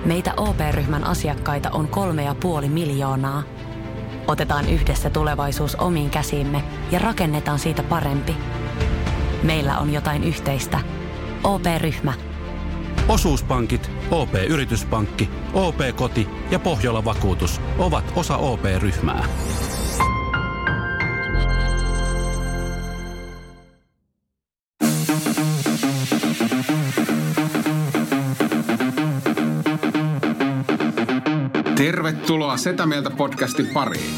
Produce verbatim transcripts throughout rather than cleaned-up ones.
Meitä O P-ryhmän asiakkaita on kolme ja puoli miljoonaa. Otetaan yhdessä tulevaisuus omiin käsiimme ja rakennetaan siitä parempi. Meillä on jotain yhteistä. O P-ryhmä. Osuuspankit, O P-yrityspankki, O P-koti ja Pohjola-vakuutus ovat osa O P-ryhmää. Tervetuloa Setä Mieltä podcastin pariin.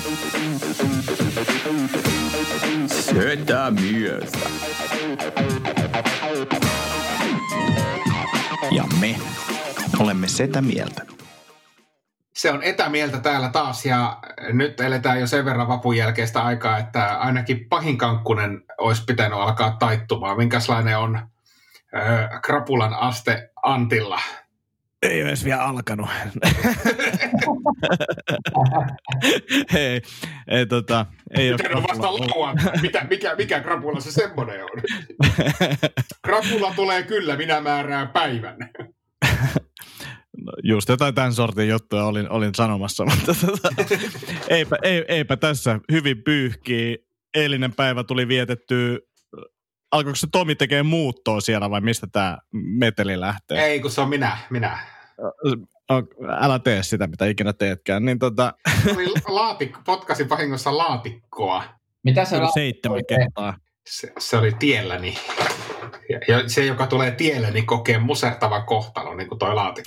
Setä Mieltä. Ja me olemme Setä Mieltä. Se on etämieltä täällä taas ja nyt eletään jo sen verran vapun jälkeistä aikaa, että ainakin pahin kankkunen olisi pitänyt alkaa taittumaan. Minkälainen on äh, krapulan aste Antilla? Ei ole edes vielä alkanut. ei, ei, tota, ei ole krapula. Vasta lauantai. Mitä, mikä, mikä krapula se semmoinen on? Krapula tulee kyllä, minä määrään päivän. No, just jotain tämän sortin juttuja olin, olin sanomassa, mutta tota, eipä, ei, eipä tässä hyvin pyyhkii. Eilinen päivä tuli vietettyä. Alkoiko se Tomi tekee muuttoa siellä vai mistä tämä meteli lähtee? Ei, kun se on minä, minä. Älä tee sitä, mitä ikinä teetkään. Niin tota... Oli laatikko, potkasin vahingossa laatikkoa. Mitä se on? Seitsemän kertaa. Se, se oli tielläni. Ja, ja se, joka tulee tielläni, kokee musertavan kohtalon, niin kuin toi laatikko.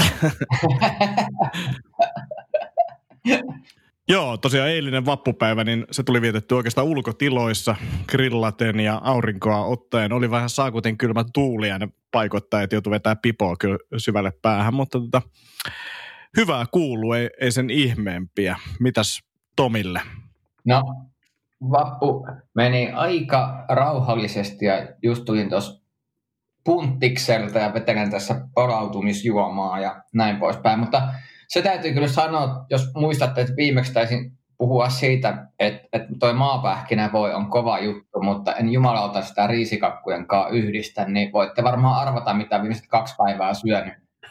Joo, tosiaan eilinen vappupäivä, niin se tuli vietetty oikeastaan ulkotiloissa, grillaten ja aurinkoa ottaen. Oli vähän saakutin kylmä tuuli ja ne paikoittaa, että joutui vetää pipoa kyllä syvälle päähän, mutta tota, hyvää kuuluu, ei, ei sen ihmeempiä. Mitäs Tomille? No, vappu meni aika rauhallisesti ja just tulin tuossa punttikselta ja vetelen tässä porautumisjuomaa ja näin poispäin, mutta se täytyy kyllä sanoa, jos muistatte, että viimeksi taisin puhua siitä, että, että toi maapähkinävoi on kova juttu, mutta en jumalauta sitä riisikakkujen kanssa yhdistä, niin voitte varmaan arvata, mitä viimeiset kaksi päivää syönyt.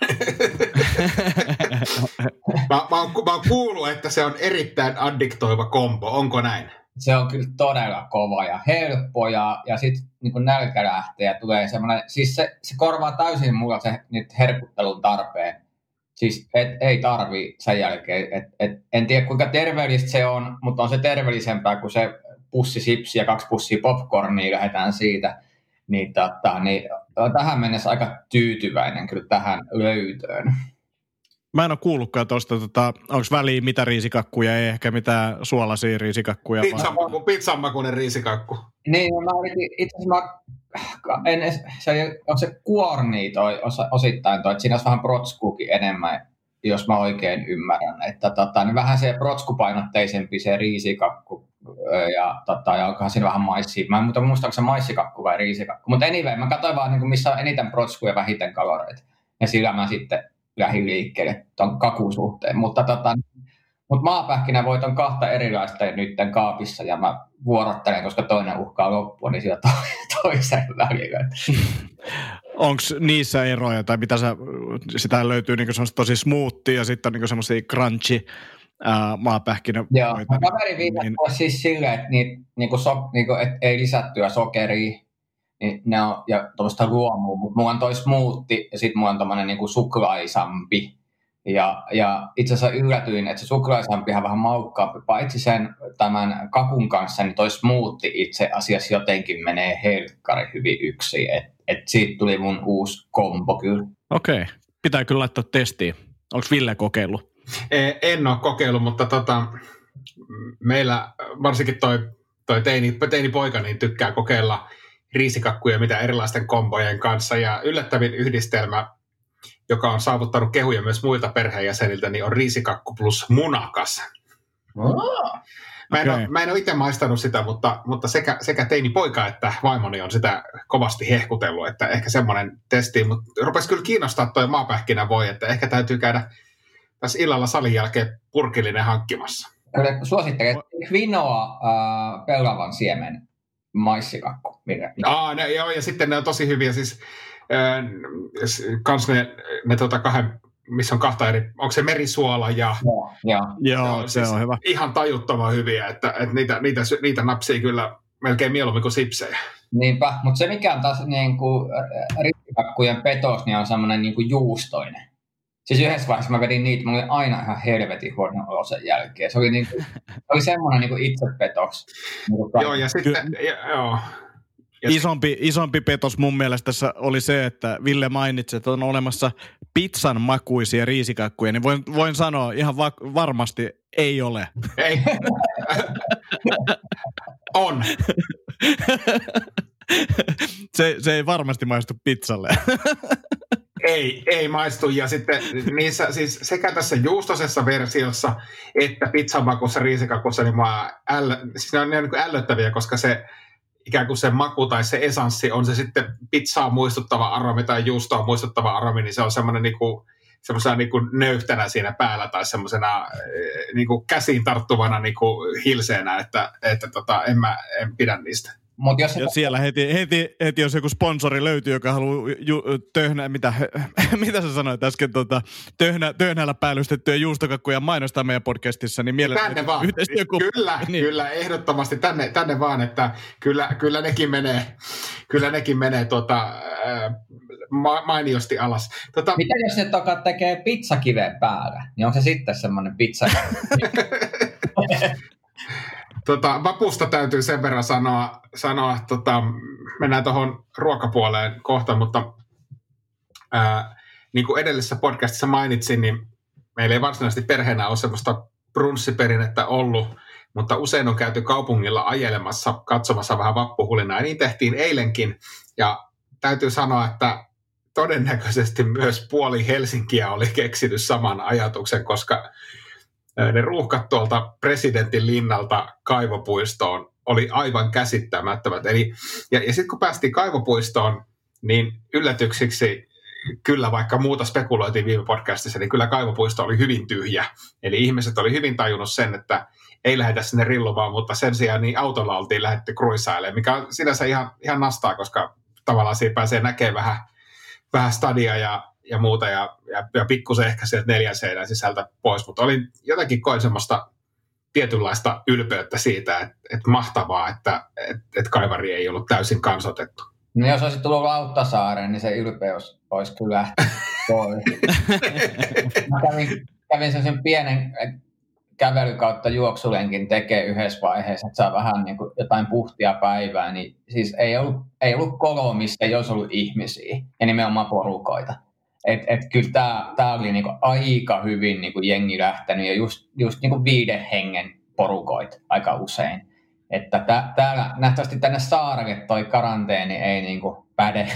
mä, mä, oon, mä oon kuullut, että se on erittäin addiktoiva kombo, onko näin? Se on kyllä todella kova ja helppo ja, ja sitten niin nälkä lähtee ja tulee semmoinen, siis se, se korvaa täysin mulla se nyt herkuttelun tarpeen. Siis et, ei tarvii sen jälkeen. Et, et, en tiedä kuinka terveellistä se on, mutta on se terveellisempää kuin se pussi sipsiä ja kaksi pussia popcornia lähdetään siitä. Niin, tota, niin tähän mennessä aika tyytyväinen kyllä tähän löytöön. Mä en ole kuullutkaan tuosta, tota, onko väliin mitä riisikakkuja, ei ehkä mitään suolaisia riisikakkuja. Pizzamaku, pizzamakuinen riisikakku. Niin, mä yritin, itse asiassa mä, en, se, on se kuorni toi osittain toi, että siinä olisi vähän protskuukin enemmän, jos mä oikein ymmärrän. Että tota, niin vähän se protskupainotteisempi se riisikakku ja, tota, ja onkohan siinä vähän maissia. Mä en muuta muista, onko se maissikakku vai riisikakku. Mutta anyway, mä katsoin vaan, niin missä on eniten protskuja ja vähiten kaloreita. Ja sillä mä sitten lähdin liikkeelle tuon kakun suhteen. Mutta tota, mut maapähkinävoit on kahta erilaista nytten kaapissa ja mä vuorottelen, koska toinen uhkaa loppua, niin sillä to- toisen välillä. Onko niissä eroja, tai mitä sä, sitä löytyy niinku semmoista tosi smoothia ja sitten on niinku semmoisia crunchy ää, maapähkinävoita? Joo, mä kaverin viitattua niin... siis silleen, että niit, niinku so, niinku, et ei lisättyä sokeria, niin ne on, ja tuollaista luomua, mutta mulla on toi smoothie ja sitten mulla on tommonen niinku suklaisampi. Ja, ja itse asiassa yllätyin, että se suklaisampihan vähän maukkaampi, paitsi sen tämän kakun kanssa, niin toi smoothie itse asiassa jotenkin menee helkkari hyvin yksin. Että et siitä tuli mun uusi kombo kyllä. Okei, okay. Pitää kyllä laittaa testiin. Onko Ville kokeillut? En ole kokeillut, mutta tota, meillä varsinkin toi, toi teini, teinipoika niin tykkää kokeilla riisikakkuja mitä erilaisten kombojen kanssa. Ja yllättävin yhdistelmä, joka on saavuttanut kehuja myös muilta perheenjäseniltä, niin on riisikakku plus munakas. Oh. Mä en, okay. ole, mä en ole itse maistanut sitä, mutta, mutta sekä, sekä teini-poika että vaimoni on sitä kovasti hehkutellut, että ehkä semmoinen testi, mutta rupesi kyllä kiinnostaa toi maapähkinävoi, että ehkä täytyy käydä tässä illalla salin jälkeen purkillinen hankkimassa. Kyllä suosittelen quinoa äh, pellavan siemen maissikakku. Aa, ne, joo, ja sitten ne on tosi hyviä, siis äh, kans ne, ne tota kahden missä on kahta eri, onko se merisuola ja... Joo, joo. Joo, se siis on hyvä. Ihan tajuttoman hyviä, että, että niitä, niitä, niitä napsii kyllä melkein mieluummin kuin sipsejä. Niinpä, mutta se mikä on taas niin kuin rippikakkujen petos, niin on semmoinen niin kuin juustoinen. Siis yhdessä vaiheessa mä vedin niitä, mä olin aina ihan helvetin huono olo sen jälkeen. Se oli, niin kuin, se oli semmoinen niin kuin itsepetoks. Niin joo, ja sitten... Ja, joo. Isompi, isompi petos mun mielestä tässä oli se, että Ville mainitsi, että on olemassa pizzan makuisia riisikakkuja, niin voin, voin sanoa ihan va- varmasti ei ole. Ei. On. se, se ei varmasti maistu pizzalle. Ei, ei maistu. Ja sitten niissä, siis sekä tässä juustosessa versiossa että pizzamakussa, riisikakussa, niin mä äl, siis ne on, ne on niin kuin ällöttäviä, koska se ikään kuin se maku tai se esanssi on se sitten pizzaa muistuttava aromi tai juustoa muistuttava aromi, niin se on semmoinen niin kuin, semmoisena niin kuin nöyhtänä siinä päällä tai semmoisena niin kuin käsiin tarttuvana niin kuin hilseenä, että, että tota, en mä en pidä niistä. Mut jos ja siellä heti, heti, heti, jos joku sponsori löytyy, joka haluaa ju, töhnä, mitä, mitä sä sanoit äsken, tota, töhnä, töhnällä päällystettyjä juustokakkuja mainostaa meidän podcastissa, niin mielelläni yhteistyöku... Kyllä, niin. kyllä, ehdottomasti tänne, tänne vaan, että kyllä, kyllä nekin menee, kyllä nekin menee tuota, ma- mainiosti alas. Tota... Mitä jos se toka tekee pizzakiveen päällä, niin onko se sitten semmoinen pizza? Tota, vapusta täytyy sen verran sanoa, sanoa tota, mennään tuohon ruokapuoleen kohta, mutta ää, niin kuin edellisessä podcastissa mainitsin, niin meillä ei varsinaisesti perheenä ole semmoista brunssiperinnettä ollut, mutta usein on käyty kaupungilla ajelemassa, katsomassa vähän vappuhulinaa, ja niin tehtiin eilenkin, ja täytyy sanoa, että todennäköisesti myös puoli Helsinkiä oli keksinyt saman ajatuksen, koska ne ruuhkat tuolta presidentin linnalta Kaivopuistoon oli aivan käsittämättömät. Eli, ja ja sitten kun päästiin Kaivopuistoon, niin yllätyksiksi kyllä, vaikka muuta spekuloitiin viime podcastissa, niin kyllä Kaivopuisto oli hyvin tyhjä. Eli ihmiset oli hyvin tajunnut sen, että ei lähdetä sinne rillumaan, mutta sen sijaan niin autolla oltiin lähdetty kruisailemaan, mikä on sinänsä ihan, ihan nastaa, koska tavallaan siinä pääsee näkemään vähän, vähän stadia ja ja muuta, ja, ja, ja pikkusen ehkä sieltä neljän seinän sisältä pois, mutta olin jotenkin koin semmoista tietynlaista ylpeyttä siitä, että, että mahtavaa, että että, että Kaivari ei ollut täysin kansotettu. No jos olisi tullut Lauttasaareen, niin se ylpeys olisi kyllä lähtenyt pois. Mä kävin, kävin sellaisen pienen kävely kautta juoksulenkin tekee yhdessä vaiheessa, että saa vähän niin kuin jotain puhtia päivää, niin siis ei ollut, ei ollut koloa, missä ei olisi ollut ihmisiä, ja nimenomaan porukoita. Että et kyllä tämä tää oli niinku aika hyvin niinku jengi lähtenyt ja just, just niinku viiden hengen porukoit aika usein. Että tä, täällä nähtävästi tänne saarelle toi karanteeni ei niinku päde.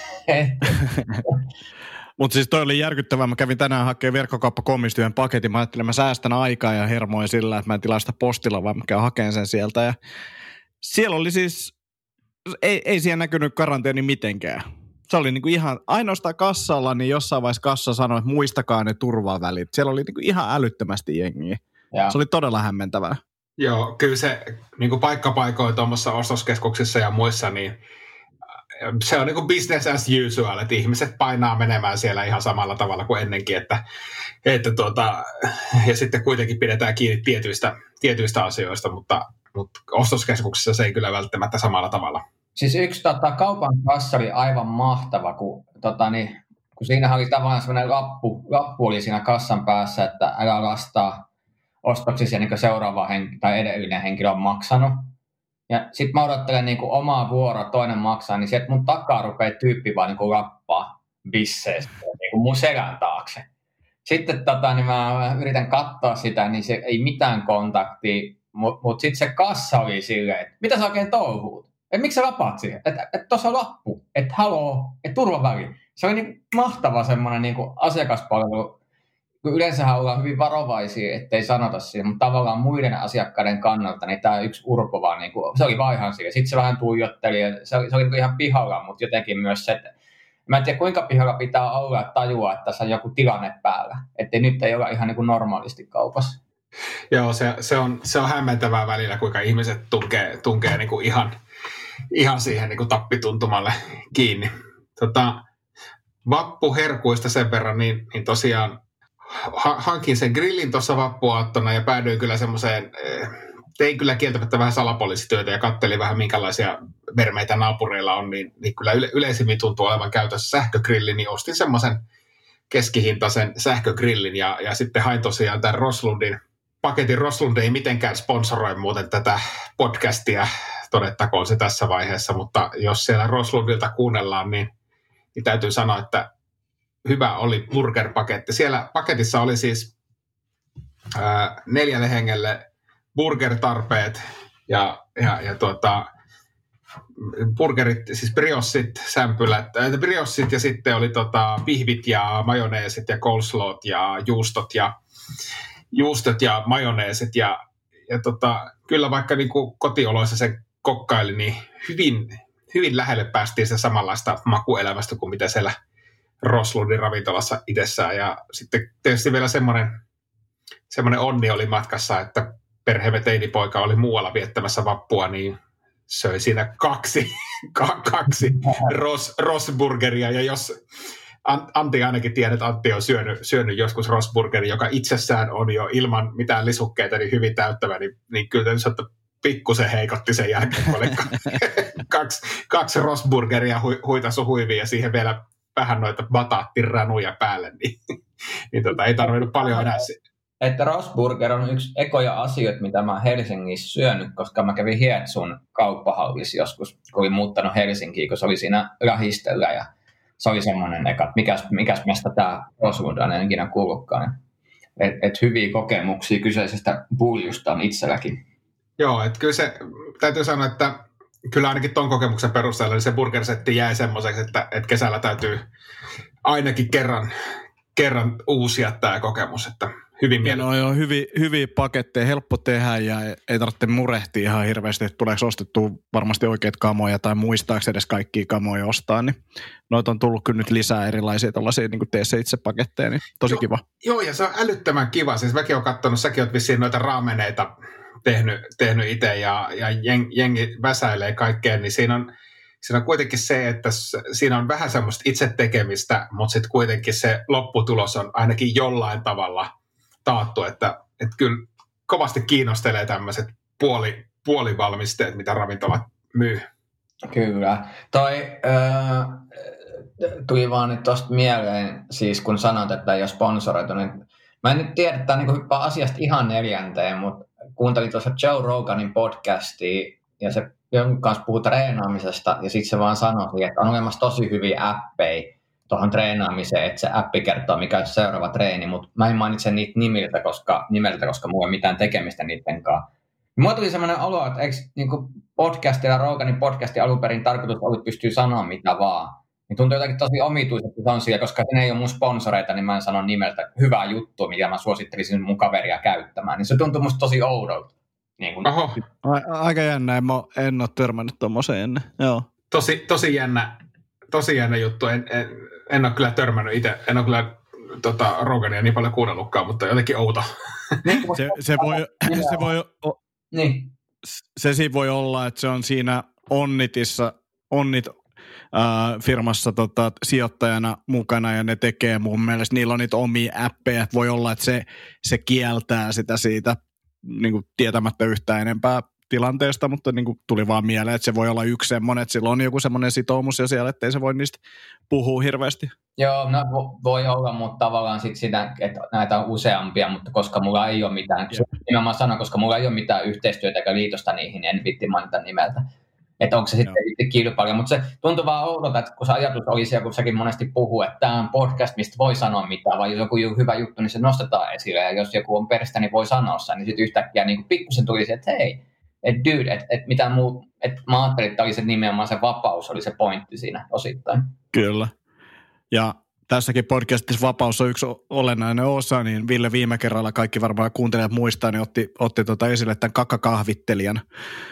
Mutta siis toi oli järkyttävää. Mä kävin tänään hakemaan verkkokauppakommista yhden paketin. Mä ajattelin, mä säästän aikaa ja hermoin sillä, että mä en tilaa sitä postilla, vaan mä käyn hakemaan sen sieltä. Ja siellä oli siis, ei, ei siellä näkynyt karanteeni mitenkään. Se oli niinku ihan, ainoastaan kassalla, niin jossain vaiheessa kassa sanoi, että muistakaa ne turvavälit. Siellä oli niinku ihan älyttömästi jengiä. Ja. Se oli todella hämmentävää. Joo, kyllä se niinku paikkapaikoin tuommoissa ostoskeskuksissa ja muissa, niin se on niinku business as usual, että ihmiset painaa menemään siellä ihan samalla tavalla kuin ennenkin, että, että tuota, ja sitten kuitenkin pidetään kiinni tietyistä, tietyistä asioista, mutta, mutta ostoskeskuksissa se ei kyllä välttämättä samalla tavalla. Siis yksi tota, kaupan kassa oli aivan mahtava, kun, tota, niin, kun siinä oli tavallaan sellainen lappu, lappu oli siinä kassan päässä, että älä lastaa ostoksisia niin kuin seuraava henki, tai edellinen henkilö on maksanut. Ja sitten mä odottelen niin kuin omaa vuoroa, toinen maksaa, niin sieltä mun takaa rupeaa tyyppi vaan niin kuin lappaa bisseistä niin kuin mun selän taakse. Sitten tota, niin mä yritän katsoa sitä, niin se ei mitään kontaktia, mutta mut sitten se kassa oli silleen, että mitä sä oikein touhuut? Että miksi sä lapaat siihen? Että et, tuossa on lappu, että haloo, että turvaväli. Se oli niin mahtava semmoinen niin asiakaspalvelu. Yleensähän ollaan hyvin varovaisia, ettei sanota siihen, mutta tavallaan muiden asiakkaiden kannalta niin tämä yksi urpo vaan, niin kuin, se oli vaan ihan siihen. Sitten se vähän tuijotteli, ja se oli, se oli niin ihan pihalla, mutta jotenkin myös se, että mä en tiedä kuinka pihalla pitää olla, että tajua, että tässä on joku tilanne päällä. Että nyt ei ole ihan niin kuin normaalisti kaupassa. Joo, se, se, on, se on hämmentävää välillä, kuinka ihmiset tunkee, tunkee niin kuin ihan, ihan siihen niin kuin tappituntumalle kiinni. Tota, vappuherkuista sen verran, niin, niin tosiaan ha- hankin sen grillin tuossa vappuaattona ja päädyin kyllä semmoiseen, tein kyllä kieltämättä vähän salapoliisityötä ja kattelin vähän minkälaisia vermeitä naapureilla on, niin, niin kyllä yle- yleisimmin tuntuu olevan käytössä sähkögrilli, niin ostin semmoisen keskihintaisen sähkögrillin ja, ja sitten hain tosiaan tämän Roslundin paketin. Roslund ei mitenkään sponsoroi muuten tätä podcastia, todettakoon se tässä vaiheessa, mutta jos siellä Roslundilta kuunnellaan, niin, niin täytyy sanoa, että hyvä oli burger-paketti. Siellä paketissa oli siis ää, neljälle hengelle burger-tarpeet ja, ja, ja tuota, burgerit, siis briossit, sämpylät, äh, briossit ja sitten oli tota, pihvit ja majoneesit ja coleslawt ja juustot ja, juustot ja majoneesit ja, ja tota, kyllä vaikka niin kuin kotioloissa se kokkaili, niin hyvin, hyvin lähelle päästiin se samanlaista makuelämästä kuin mitä siellä Roslundin ravintolassa itsessään ja sitten tietysti vielä semmoinen, semmoinen onni oli matkassa, että perheemme teinipoika oli muualla viettämässä vappua, niin söi siinä kaksi, kaksi ros, rosburgeria, ja jos Antti ainakin tiedät, että Antti on syönyt, syönyt joskus rosburgeri, joka itsessään on jo ilman mitään lisukkeita niin hyvin täyttävä, niin, niin kyllä täytyy sanoa, että pikkusen heikotti sen jälkeen, kun oli kaksi, kaksi rosburgeria hu, huitasu huiviin ja siihen vielä vähän noita bataattiranuja päälle, niin, niin tota, ei tarvinnut paljon enää. Että Rosburger on yksi ekoja asioita, mitä mä oon Helsingissä syönyt, koska mä kävin Hietsun kauppahallissa joskus, kun olin muuttanut Helsinkiin, kun se oli siinä lähistöllä ja se oli semmoinen eka, että mikäs, mikäs mestä tämä Rosburger on ikinä kuullutkaan. Että et hyviä kokemuksia kyseisestä buljusta on itselläkin. Joo, että kyllä se, täytyy sanoa, että kyllä ainakin ton kokemuksen perusteella niin se burgersetti jäi semmoiseksi, että, että kesällä täytyy ainakin kerran, kerran uusia tämä kokemus, että hyvin mielenkiintoista. No joo, hyviä, hyviä paketteja, helppo tehdä ja ei tarvitse murehtia ihan hirveästi, että tuleeko ostettua varmasti oikeat kamoja tai muistaako edes kaikkia kamoja ostaa, niin noita on tullut kyllä nyt lisää erilaisia tällaisia niin kuin tee se itse paketteja, niin tosi joo, kiva. Joo, ja se on älyttömän kiva. Siis mäkin olen katsonut, säkin olet vissiin noita raameneita tehnyt, tehnyt itse ja, ja jengi väsäilee kaikkeen, niin siinä on, siinä on kuitenkin se, että siinä on vähän semmoista itse tekemistä, mutta sitten kuitenkin se lopputulos on ainakin jollain tavalla taattu, että, että kyllä kovasti kiinnostelee tämmöiset puoli, puolivalmisteet, mitä ravintolat myy. Kyllä. Toi äh, tuli vaan nyt tuosta mieleen, siis kun sanot, että ei ole sponsoroitu, niin mä en nyt tiedä, että tämä niin hyppää asiasta ihan neljänteen, mutta kuuntelin tuossa Joe Roganin podcastia, ja se jonkun kanssa puhuu treenaamisesta, ja sitten se vaan sanoi, että on olemassa tosi hyviä appeja tuohon treenaamiseen, että se appi kertoo, mikä on seuraava treeni, mutta mä en mainitse niitä nimeltä, koska, nimeltä, koska mulla ei ole mitään tekemistä niiden kanssa. Mulla tuli semmoinen olo, että eikö niin podcastilla, Roganin podcastin alun perin tarkoitus ollut pystyä sanoa mitä vaan. Niin tuntuu jotakin tosi omituisesti, että se on siellä, koska ne ei ole mun sponsoreita, niin mä en sano nimeltä hyvää juttua, mikä mä suosittelisin mun kaveria käyttämään. Niin se tuntuu musta tosi oudolta. Niin kun... Oho. Aika jännä, en, mä, en ole törmännyt tuommoiseen ennen. Joo. Tosi, tosi jännä. Tosi jännä juttu. En, en, en ole kyllä törmännyt itse. En ole kyllä tota, Rogania niin paljon kuunnellutkaan, mutta jotenkin outo. se, se voi... Se voi niin. Se siinä voi olla, että se on siinä Onnitissa, Onnit äh, firmassa tota, sijoittajana mukana ja ne tekee mun mielestä, niillä on niitä omia appeja, että voi olla, että se, se kieltää sitä siitä niin kuin tietämättä yhtään enempää tilanteesta, mutta niin kuin tuli vaan mieleen, että se voi olla yksi semmoinen, että sillä on joku semmoinen sitoumus ja siellä, ettei se voi niistä puhua hirveästi. Joo, no voi olla, mutta tavallaan sit sitä, että näitä on useampia, mutta koska mulla ei ole mitään, nimenomaan sanon, koska mulla ei ole mitään yhteistyötä eikä liitosta niihin, niin en vitti mainita nimeltä. Että onko se sitten itse kilpailu, mutta se tuntuu vaan oudolta, että kun se ajatus oli siellä, kun säkin monesti puhuu, että tämä on podcast, mistä voi sanoa mitään, vai jos joku hyvä juttu, niin se nostetaan esille, ja jos joku on perästä, niin voi sanoa sen, niin sitten yhtäkkiä niin pikkusen tuli se, että hei, että dude, että et mitä muu, että mä ajattelin, että oli se nimenomaan se vapaus, oli se pointti siinä osittain. Kyllä. Ja tässäkin podcastissa vapaus on yksi olennainen osa, niin Ville viime kerralla kaikki varmaan kuuntelijat muistaa, niin otti, otti tota esille tämän kakakahvittelijan.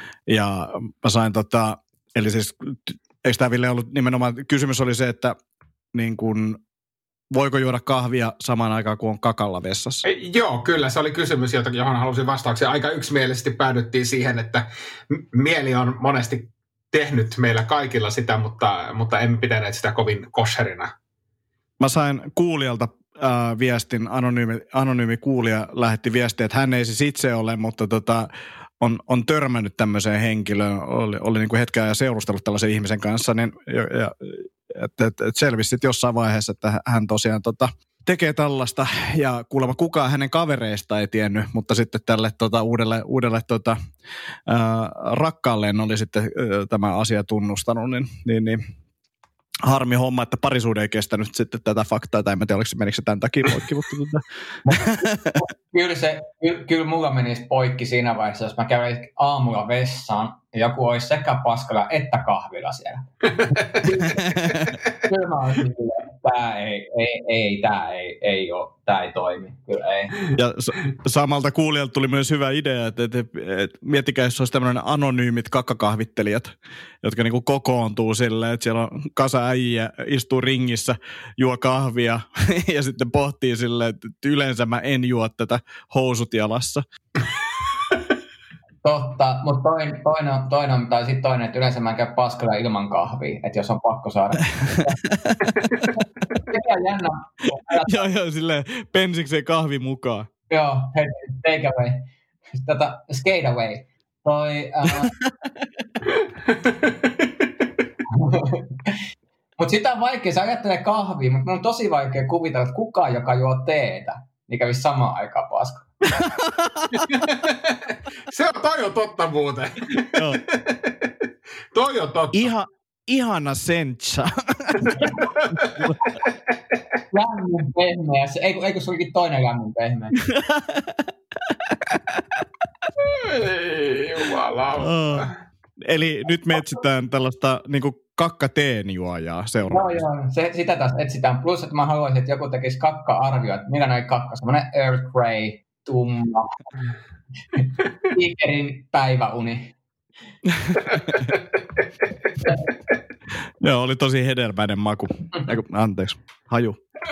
Ja mä sain tota, eli siis, eikö tämä Ville ollut nimenomaan, kysymys oli se, että niin kun, voiko juoda kahvia samaan aikaan, kun on kakalla vessassa? Joo, kyllä se oli kysymys, johon halusin vastauksia. Aika yksimielisesti päädyttiin siihen, että mieli on monesti tehnyt meillä kaikilla sitä, mutta, mutta emme pitäneet sitä kovin kosherina Mä sain kuulijalta äh, viestin, anonyymi, anonyymi kuulija lähetti viestiä, että hän ei siis itse ole, mutta tota, on, on törmännyt tämmöiseen henkilöön, oli, oli niin kuin hetken ajan seurustellut tällaisen ihmisen kanssa, niin että et, et selvisi sitten jossain vaiheessa, että hän tosiaan tota, tekee tällaista, ja kuulemma kukaan hänen kavereista ei tiennyt, mutta sitten tälle tota, uudelle, uudelle tota, ää, rakkaalleen oli sitten ää, tämä asia tunnustanut, niin, niin, niin harmi homma, että parisuuden ei kestänyt sitten tätä faktaa, tai en tiedä, oliko se, menikö se tämän takia poikki, mutta tota. Kyllä se, kyllä, kyllä mulla menisi poikki siinä vaiheessa, jos mä kävin aamulla vessaan, ja joku olisi sekä paskalla että kahvilla siellä. Kyllä mä olisin, että tämä ei, ei, ei, tämä ei, ei ole, tämä ei toimi, kyllä ei. Ja samalta kuulijalta tuli myös hyvä idea, että, että, että miettikää, jos olisi tämmöinen anonyymit kakkakahvittelijat, jotka niin kuin kokoontuu silleen, että siellä on kasa äijä, istuu ringissä, juo kahvia ja sitten pohtii silleen, että yleensä mä en juo tätä housut jalassa. Totta, mutta toinen, toinen, on, toinen on, tai sitten toinen, että yleensä mä en käy paskalla ilman kahvia, että jos on pakko saada. Mikä jännä. Joo, joo, silleen pensikseen kahvi mukaan. Joo, hei, take away. Tätä, skate away. Toi, äh... mutta sitä on vaikea, se ajattelee kahvia, mutta on tosi vaikea kuvitella, että kukaan, joka juo teetä, niin kävisi samaan aikaan paskalla. Se on, toi on totta muuten. Joo. Toi on totta. Iha, ihana sentsa. Lämmin pehmeä. Eikö, eikö se olikin toinen lämmin pehmeä? Ei, jumalauta. Oh. Eli nyt me etsitään tällaista niinku kakka-teenjuojaa seuraavaksi. Joo, joo. Se, sitä taas etsitään. Plus, että mä haluaisin, että joku tekisi kakka-arvio, että mitä näin kakka. Semmoinen Earl Grey, tumma, tiikerin päiväuni. Joo, oli tosi hedelmäinen maku. Eiku, anteeksi, haju.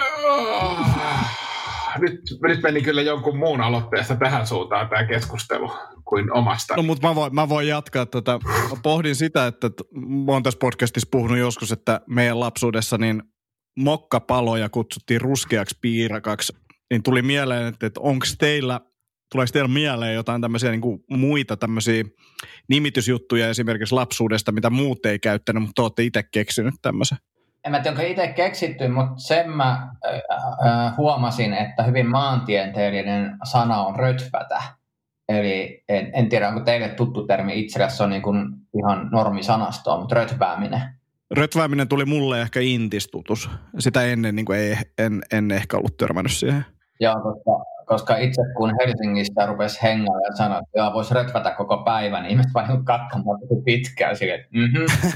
Nyt, nyt meni kyllä jonkun muun aloitteesta tähän suuntaan tämä keskustelu kuin omasta. No, mutta mä voin, mä voin jatkaa tätä. Mä pohdin sitä, että mä oon tässä podcastissa puhunut joskus, että meidän lapsuudessa niin mokkapaloja kutsuttiin ruskeaksi piirakaksi. Niin tuli mieleen, että, että onko teillä, tuleeko teillä mieleen jotain tämmöisiä niin kuin muita tämmöisiä nimitysjuttuja esimerkiksi lapsuudesta, mitä muut ei käyttänyt, mutta olette itse keksinyt tämmöisen? En mä tiedä, onko itse keksitty, mutta sen mä äh, huomasin, että hyvin maantieteellinen sana on rötvätä. Eli en, en tiedä, onko teille tuttu termi itselle, se on niin kuin ihan normisanastoa, mutta rötvääminen. Rötvääminen tuli mulle ehkä intistutus. Sitä ennen niin kuin ei, en, en ehkä ollut törmännyt siihen. Joo, koska, koska itse kun Helsingistä rupesi hengailla ja sanoi, että joo, voisi rötvätä koko päivän, niin ihmiset vain katsomaan pitkään silleen, että mhm.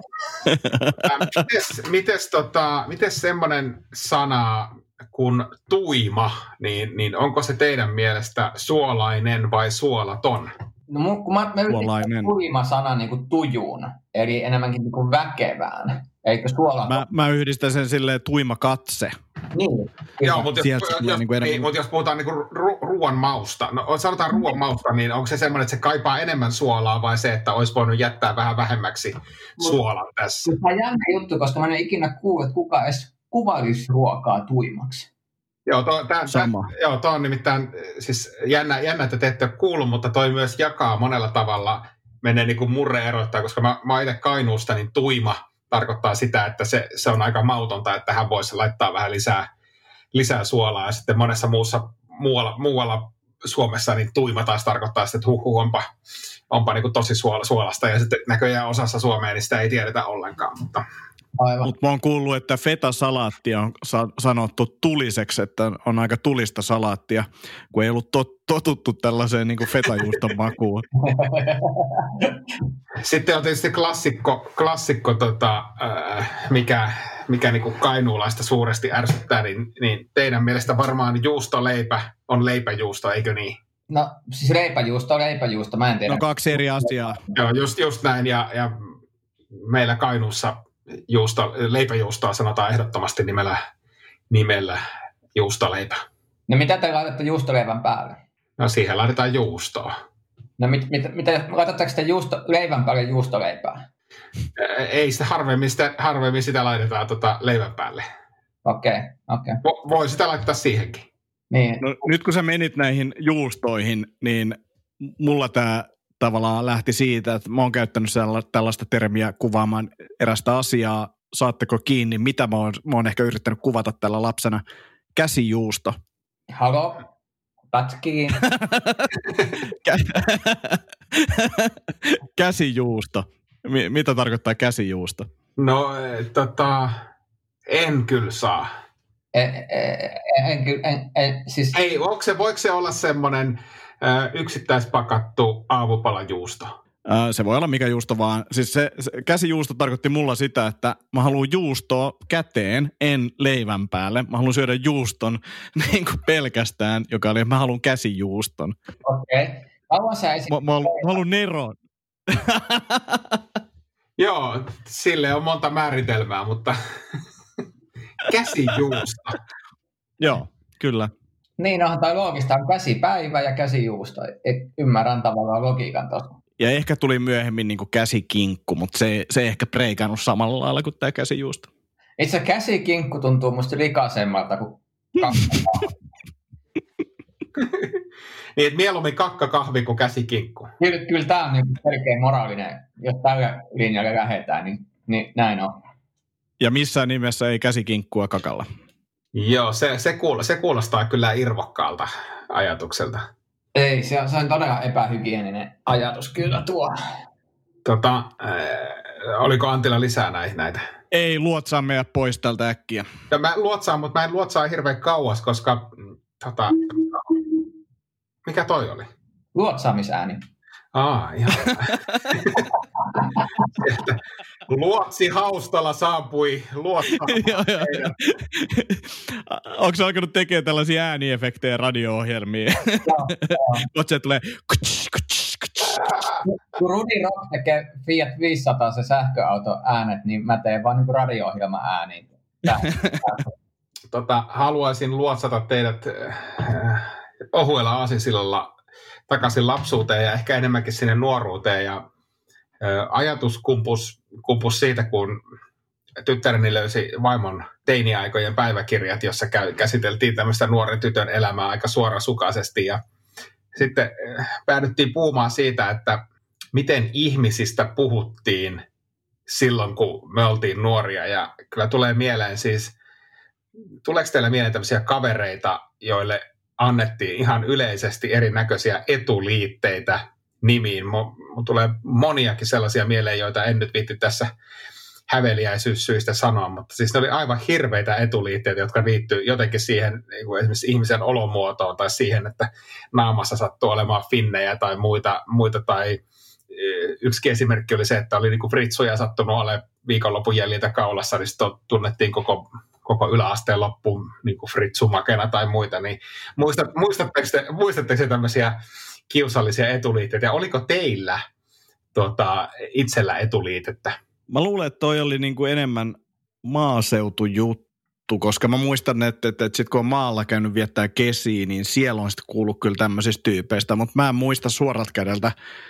mites, mites, tota, mites semmoinen sana kuin tuima, niin, niin onko se teidän mielestä suolainen vai suolaton? No kun mä, mä yhdistän tuima-sanan niin kuin tujuun, eli enemmänkin niin kuin väkevään, eikö suolaton? Mä, mä yhdistän sen silleen tuima katse. Niin. Joo, mutta jos, jos, niin niin, mut jos puhutaan niin ru, ruoan mausta, no sanotaan ruoan mausta, niin onko se semmoinen, että se kaipaa enemmän suolaa vai se, että olisi voinut jättää vähän vähemmäksi suolaa tässä? Tämä on jännä juttu, koska mä en ikinä kuullut, että kuka edes kuvailisi ruokaa tuimaksi. Joo, to, tää, tää, joo, toi on nimittäin siis jännä, jännä, että te ette ole kuullut, mutta toi myös jakaa monella tavalla, menee niin kuin murre erottaa, koska mä, mä oon itse Kainuusta, niin tuima tarkoittaa sitä, että se, se on aika mautonta, että hän voisi laittaa vähän lisää, lisää suolaa. Ja sitten monessa muussa, muualla, muualla Suomessa niin tuima taas tarkoittaa sitä, että huh, huh onpa, onpa niin kuin tosi suola, suolasta. Ja sitten näköjään osassa Suomea niin sitä ei tiedetä ollenkaan. Mutta Mutta mä oon kuullut, että feta-salaattia on sa- sanottu tuliseksi, että on aika tulista salaattia, kun ei ollut tot- totuttu tällaiseen niin kuin fetajuuston makuun. Sitten on tietysti klassikko, klassikko tota, äh, mikä, mikä niin kuin kainuulaista suuresti ärsyttää, niin, niin teidän mielestä varmaan juustoleipä on leipäjuusto, eikö niin? No siis leipäjuusto on leipäjuusto, mä en tiedä. No kaksi eri asiaa. Joo, just, just näin, ja, ja meillä Kainuussa juusto, leipäjuustoa sanotaan ehdottomasti nimellä, nimellä juustoleipä. No mitä te laitatte juustoleivän päälle? No siihen laitetaan juustoa. No mit, mit, mitä, laitatteko te juusto, leivän päälle juustoleipää? Ei sitä harvemmin sitä, harvemmin sitä laitetaan tota leivän päälle. Okei, okay, okei. Okay. Vo, voi sitä laittaa siihenkin. Niin. No, nyt kun sä menit näihin juustoihin, niin mulla tämä tavallaan lähti siitä, että mä oon käyttänyt tällaista termiä kuvaamaan erästä asiaa. Saatteko kiinni, mitä mä oon, mä oon ehkä yrittänyt kuvata tällä lapsena? Käsijuusto. Halo? Pätkiin. Käsijuusto. M- mitä tarkoittaa käsijuusto? No, tota, en kyllä saa. En, en, en, en, siis... Ei, onko se, voiko se olla semmoinen äh, yksittäispakattu aamupalajuusto? Se voi olla mikä juusto vaan. Siis se, se käsijuusto tarkoitti mulla sitä, että mä haluan juustoa käteen, en leivän päälle. Mä haluan syödä juuston niin kuin pelkästään, joka oli, mä haluan käsijuuston. Okei. Okay. Kauan sä esit... Mä, mä, mä haluan neron. Joo, sille on monta määritelmää, mutta käsijuusto. Joo, kyllä. Niin, onhan toi loogista on käsipäivä ja käsijuusto. Et ymmärrän tavallaan logiikan tuossa. Ja ehkä tuli myöhemmin niin kuin käsikinkku, mutta se, se ei ehkä preikannut samalla lailla kuin tämä käsijuusto. Itse käsikinkku tuntuu musta likaisemmalta kuin kakkakahvi. Niin, että mieluummin kakkakahvi kuin käsikinkku. Kyllä, kyllä tämä on niin selkeä moraalinen. Jos tällä linjalla lähdetään, niin, niin näin on. Ja missään nimessä ei käsikinkkua kakalla. Joo, se, se, kuul, se kuulostaa kyllä irvokkaalta ajatukselta. Ei, se on, se on todella epähygieninen ajatus kyllä tuo. Tota, äh, oliko Antilla lisää näitä? näitä? Ei, luotsaa meidät pois tältä äkkiä. Ja mä luotsaan, mutta mä en luotsaa hirveän kauas, koska tota, mikä toi oli? Luotsaamisääni. Aa, ihan. Luotsi haustalla saapui luotsaa. Onko se alkanut tekemään tällaisia ääniefektejä radio-ohjelmia? Luotsi tulee... Kun Rudi Rock tekee Fiat viisisataa se sähköauto äänet, niin mä teen vaan niin radio-ohjelma ääniin. Tota, haluaisin luotsata teidät äh, ohuella aasinsillalla takaisin lapsuuteen ja ehkä enemmänkin sinne nuoruuteen. Ja, äh, ajatus kumpus, kumpus siitä, kun tyttäreni löysi vaimon teiniaikojen päiväkirjat, jossa käy, käsiteltiin tämmöistä nuoren tytön elämää aika suorasukaisesti. Ja sitten äh, päädyttiin puhumaan siitä, että miten ihmisistä puhuttiin silloin, kun me oltiin nuoria. Ja kyllä tulee mieleen siis, tuleeko teille mieleen tämmöisiä kavereita, joille annettiin ihan yleisesti erinäköisiä etuliitteitä nimiin? Mun tulee moniakin sellaisia mieleen, joita en nyt viitti tässä häveliäisyyssyistä sanoa, mutta siis ne oli aivan hirveitä etuliitteitä, jotka liittyy jotenkin siihen niin kuin esimerkiksi ihmisen olomuotoon tai siihen, että naamassa sattuu olemaan finnejä tai muita, muita tai yksi esimerkki oli se, että oli niin kuin fritsuja sattunut olemaan viikonlopun jäljiltä kaulassa, niin sitten tunnettiin koko, koko yläasteen loppuun niin kuin fritsumakena tai muita. Niin muistat, muistatteko te, muistatteko te tämmöisiä kiusallisia etuliitteitä? Ja oliko teillä tota, itsellä etuliitettä? Mä luulen, että toi oli niin kuin enemmän maaseutujuttu, koska mä muistan, että, että, että sit kun on maalla käynyt viettää kesiä, niin siellä on sitten kuullut kyllä tämmöisistä tyypeistä, mutta mä en muista suorat kädeltä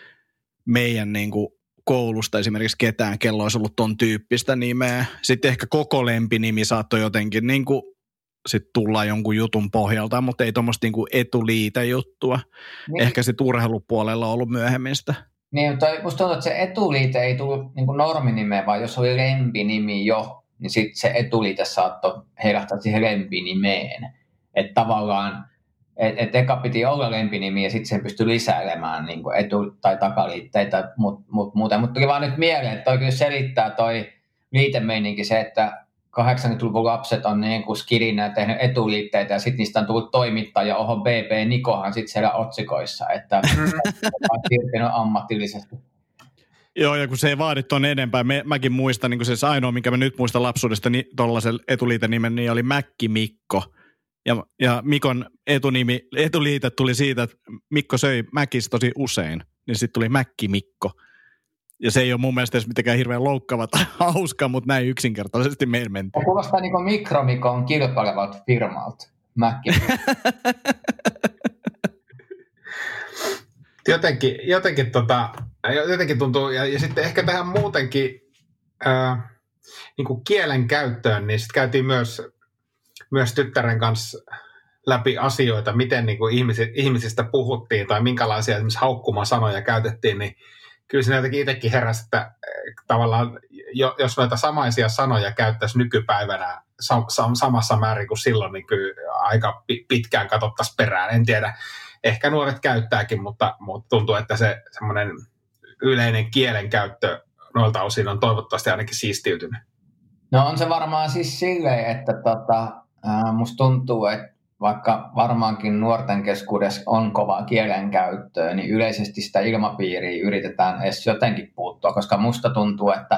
meidän niin kuin koulusta esimerkiksi ketään, kello olisi ollut ton tyyppistä nimeä. Sitten ehkä koko lempinimi saattoi jotenkin niin kuin sit tulla jonkun jutun pohjalta, mutta ei tuommoista niin kuin etuliite-juttua. Niin. Ehkä sitten urheilupuolella on ollut myöhemmin sitä. Niin, toi, musta tuntuu, että se etuliite ei tullut niin kuin norminimeen, vaan jos oli lempinimi jo, niin sitten se etuliite saattoi heilahtaa siihen lempinimeen. Että tavallaan Että et eka piti olla lempinimi ja sitten sen pystyi lisäilemään niin kuin etu- tai takaliitteitä, mutta mut, muuten. Mutta tuli vaan nyt mieleen, että toi kyllä selittää toi liitemeininki se, että kahdeksankymmentäluvun lapset on niin kuin skidinä ja tehnyt etuliitteitä ja sitten niistä on tullut toimittaja, oho B P Nikohan sitten siellä otsikoissa, että on siirtynyt ammatillisesti. Joo, ja kun se ei vaadi tuonne enempää, me, mäkin muistan, niin kuin se ainoa, minkä mä nyt muistan lapsuudesta, niin tuollaisen etuliitenimen, niin oli Mäkki Mikko. Ja, ja Mikon etunimi, etuliite tuli siitä, että Mikko söi Mäkis tosi usein, niin sitten tuli Mäkki Mikko. Ja se ei ole mun mielestä edes mitenkään hirveän loukkava tai hauska, mutta näin yksinkertaisesti meillä mentiin. Kuulostaa niin kuin Mikromikon kilpailevalta firmalta, Mäkki jotenkin, jotenkin, tota, jotenkin tuntuu, ja, ja sitten ehkä tähän muutenkin ää, niin kuin kielen käyttöön, niin sitten käytiin myös myös tyttären kanssa läpi asioita, miten niin kuin ihmisistä puhuttiin tai minkälaisia esimerkiksi haukkumasanoja käytettiin, niin kyllä siinä jotenkin itsekin heräsi, että tavallaan jos noita samaisia sanoja käyttäisi nykypäivänä samassa määrin kuin silloin, niin kyllä aika pitkään katsottaisiin perään. En tiedä, ehkä nuoret käyttääkin, mutta, mutta tuntuu, että se semmoinen yleinen kielenkäyttö noilta osin on toivottavasti ainakin siistiytynyt. No on se varmaan siis silleen, että tota, ää, musta tuntuu, että vaikka varmaankin nuorten keskuudessa on kovaa kielenkäyttöä, niin yleisesti sitä ilmapiiriä yritetään edes jotenkin puuttua, koska musta tuntuu, että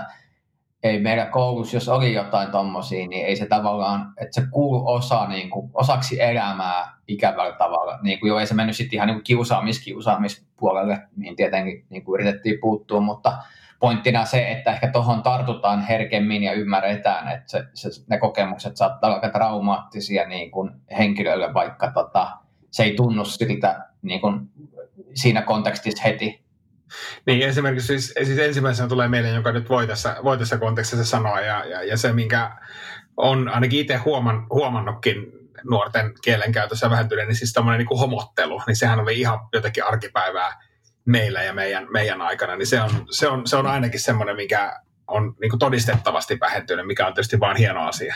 ei meillä koulussa, jos oli jotain tommosia, niin ei se tavallaan, että se kuuluu osa, niin kuin, osaksi elämää ikävällä tavalla. Niin kuin jo ei se mennyt sitten ihan niin kuin kiusaamis, kiusaamispuolelle, mihin tietenkin niin kuin yritettiin puuttua, mutta pointtina se, että ehkä tuohon tartutaan herkemmin ja ymmärretään, että se, se, ne kokemukset saattaa olla aika traumaattisia niin kuin henkilölle, vaikka tota, se ei tunnu siltä niin kuin siinä kontekstissa heti. Niin, esimerkiksi siis, siis ensimmäisenä tulee mieleen, joka nyt voi tässä, voi tässä kontekstissa sanoa, ja, ja, ja se, minkä on ainakin itse huoman, huomannutkin nuorten kielenkäytössä vähentyneen, niin siis tämmöinen niin kuin homottelu, niin sehän oli ihan jotenkin arkipäivää meillä ja meidän, meidän aikana, niin se on, se on, se on ainakin semmoinen, mikä on niin kuin todistettavasti vähentynyt, mikä on tietysti vaan hieno asia.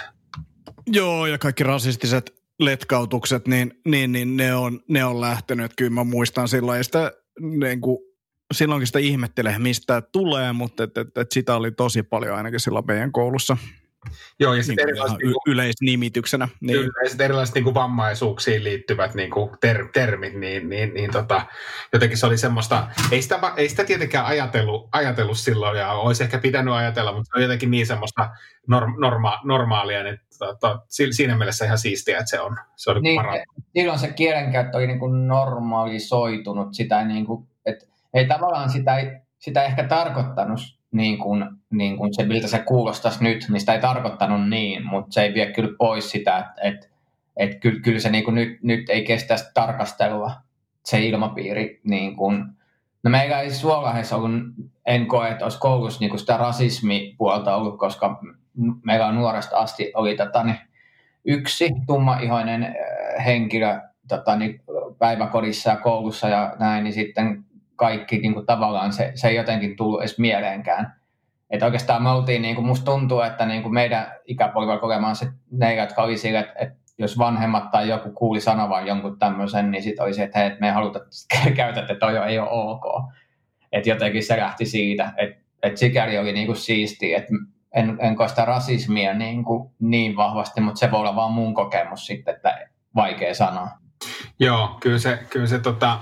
Joo, ja kaikki rasistiset letkautukset, niin, niin, niin ne, on, ne on lähtenyt. Kyllä mä muistan silloin, ei sitä niin kuin silloinkin sitä ihmettelee, mistä tulee, mutta et, et, et sitä oli tosi paljon ainakin silloin meidän koulussa. Joo, ja sitten niin erilaiset y- yleisnimityksenä. Niin. Kyllä, ja sitten erilaiset niin kuin vammaisuuksiin liittyvät niin kuin ter- termit, niin, niin, niin tota, jotenkin se oli semmoista, ei sitä, ei sitä tietenkään ajatellut, ajatellut silloin, ja olisi ehkä pitänyt ajatella, mutta se on jotenkin niin semmoista norm- norma- normaalia, niin tota, siinä mielessä ihan siistiä, että se on, se on niin, parantunut. Silloin se kielenkäyttö oli niin kuin normalisoitunut, sitä niin kuin, että ei tavallaan sitä ei, sitä ei ehkä tarkoittanut niin kuin, niin kuin se, miltä se kuulostaisi nyt, niin sitä ei tarkoittanut niin, mutta se ei vie kyllä pois sitä, että et, et kyllä, kyllä se niin kuin nyt, nyt ei kestä sitä tarkastelua, se ilmapiiri. Niin kuin, no meillä ei Suolahdessa ollut, en koe, että olisi koulussa niin kuin sitä rasismipuolta ollut, koska meillä on nuoresta asti oli tota, niin yksi tummaihoinen henkilö tota, niin päiväkodissa ja koulussa ja näin, niin sitten kaikki niin kuin tavallaan se, se ei jotenkin tullut edes mieleenkään. Että oikeastaan me oltiin, niin kuin musta tuntuu, että niin kuin meidän ikäpolvella kokemaan se ne, jotka oli sille, että, että jos vanhemmat tai joku kuuli sanovan jonkun tämmöisen, niin sitten oli se, että hei, että me ei haluta käytä, että toi ei ole ok. Että jotenkin se lähti siitä, että, että sikäli oli niin kuin siistiä, että en, en koe sitä rasismia niin, kuin niin vahvasti, mutta se voi olla vaan mun kokemus sitten, että vaikea sanoa. Joo, kyllä se, kyllä se tota...